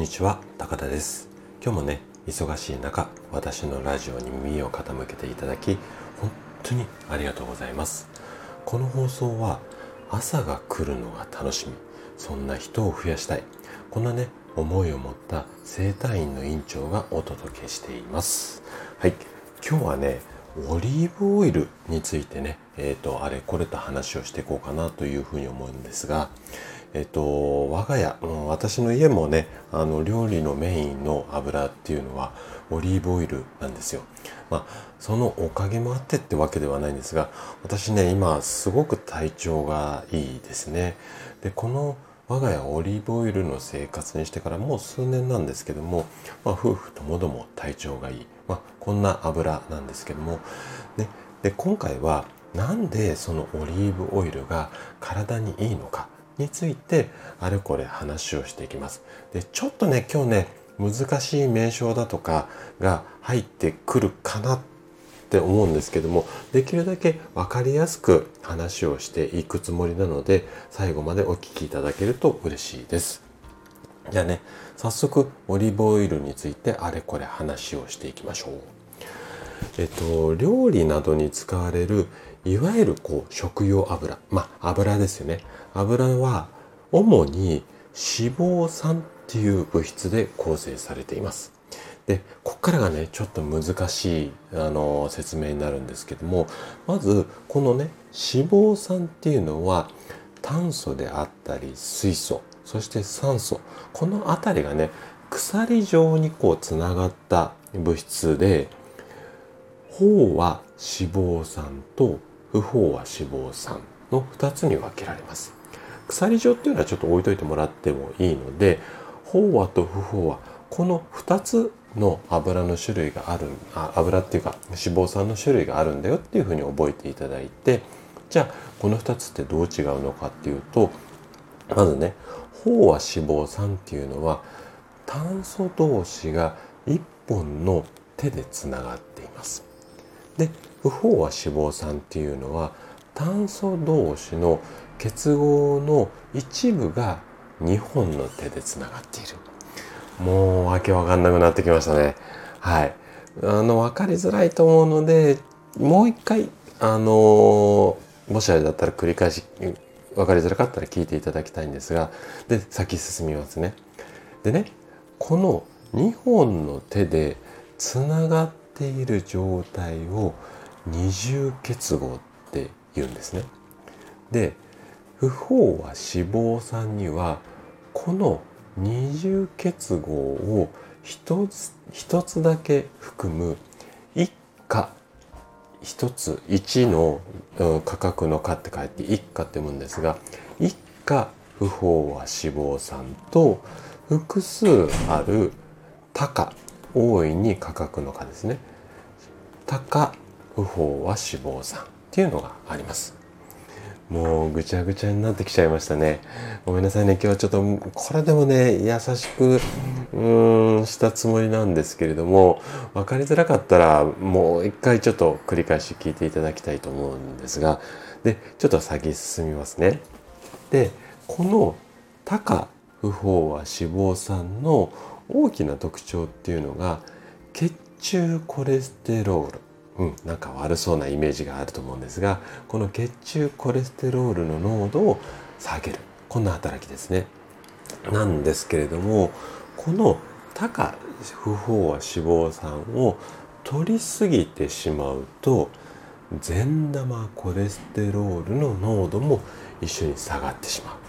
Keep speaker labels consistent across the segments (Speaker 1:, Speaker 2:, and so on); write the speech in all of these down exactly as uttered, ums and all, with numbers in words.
Speaker 1: ちは、高田です。今日もね、忙しい中、私のラジオに耳を傾けていただき、本当にありがとうございます。この放送は、朝が来るのが楽しみ、そんな人を増やしたい、こんなね、思いを持った整体院の院長がお届けしています。はい、今日はね、オリーブオイルについてね、えっと、あれこれと話をしていこうかなというふうに思うんですが、えっと、我が家、私の家もね、あの、料理のメインの油っていうのはオリーブオイルなんですよ。まあ、そのおかげもあってってわけではないんですが、私ね、今すごく体調がいいですね。で、この我が家オリーブオイルの生活にしてからもう数年なんですけども、まあ、夫婦ともども体調がいい。まあ、こんな油なんですけども、ね、で、今回はなんでそのオリーブオイルが体にいいのかについてあれこれ話をしていきます。で、ちょっとね、今日ね、難しい名称だとかが入ってくるかなって思うんですけども、できるだけ分かりやすく話をしていくつもりなので、最後までお聞きいただけると嬉しいです。じゃあね、早速オリーブオイルについてあれこれ話をしていきましょう。えっと、料理などに使われるいわゆるこう食用油、まあ油ですよね。油は主に脂肪酸っていう物質で構成されています。で、ここからがね、ちょっと難しいあの説明になるんですけども、まずこのね、脂肪酸っていうのは炭素であったり水素、そして酸素、このあたりがね、鎖状にこうつながった物質で、飽和脂肪酸と不飽和脂肪酸のふたつに分けられます。鎖状っていうのはちょっと置いといてもらってもいいので、飽和と不飽和、このふたつの油の種類がある、あ、油っていうか脂肪酸の種類があるんだよっていうふうに覚えていただいて、じゃあこのふたつってどう違うのかっていうと、まずね、飽和脂肪酸っていうのは炭素同士が一本の手でつながっています。で、不飽和脂肪酸っていうのは炭素同士の結合の一部がにほんの手でつながっている。もうわけわかんなくなってきましたね。はい。あの、わかりづらいと思うので、もう一回、あのー、もしあれだったら繰り返し、わかりづらかったら聞いていただきたいんですが、で、先進みますね。でね、このにほんの手でつながっている状態を二重結合って言うんですね。で、不飽和脂肪酸にはこの二重結合を一つ一つだけ含む一価、一つ一の価格の価って書いて一価って言うんですが、一価不飽和脂肪酸と複数ある多価、大いに価格の価ですね。多価不飽和脂肪酸っていうのがあります。もうぐちゃぐちゃになってきちゃいましたね。ごめんなさいね。今日はちょっとこれでもね、優しくうーんしたつもりなんですけれども、分かりづらかったらもう一回ちょっと繰り返し聞いていただきたいと思うんですが、で、ちょっと先進みますね。で、この多価不飽和脂肪酸の大きな特徴っていうのが血中コレステロール、うん、なんか悪そうなイメージがあると思うんですが、この血中コレステロールの濃度を下げる、こんな働きですね。なんですけれども、この多価不飽和脂肪酸を取りすぎてしまうと善玉コレステロールの濃度も一緒に下がってしまう。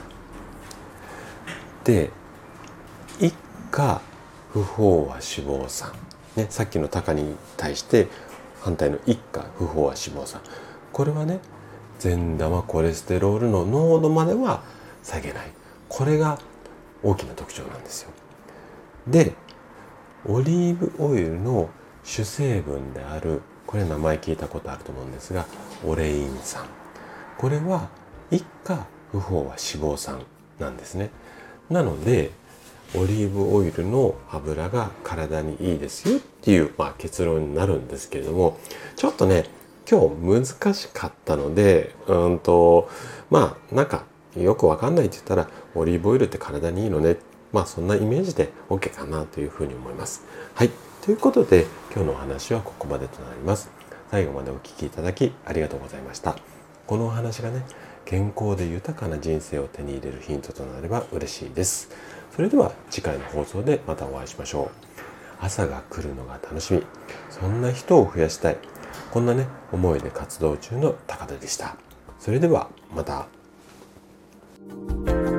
Speaker 1: で、一価不飽和脂肪酸、ね、さっきの多価に対して反対の一価不飽和脂肪酸、これはね、善玉コレステロールの濃度までは下げない。これが大きな特徴なんですよ。で、オリーブオイルの主成分である、これ名前聞いたことあると思うんですが、オレイン酸、これは一価不飽和脂肪酸なんですね。なのでオリーブオイルの油が体にいいですよっていう、まあ、結論になるんですけれども、ちょっとね、今日難しかったので、うんとまあなんかよくわかんないって言ったら、オリーブオイルって体にいいのね、 まあそんなイメージで OK かなというふうに思います。はい。ということで今日のお話はここまでとなります。最後までお聞きいただきありがとうございました。このお話がね、健康で豊かな人生を手に入れるヒントとなれば嬉しいです。それでは次回の放送でまたお会いしましょう。朝が来るのが楽しみ。そんな人を増やしたい。こんなね、思いで活動中の高田でした。それではまた。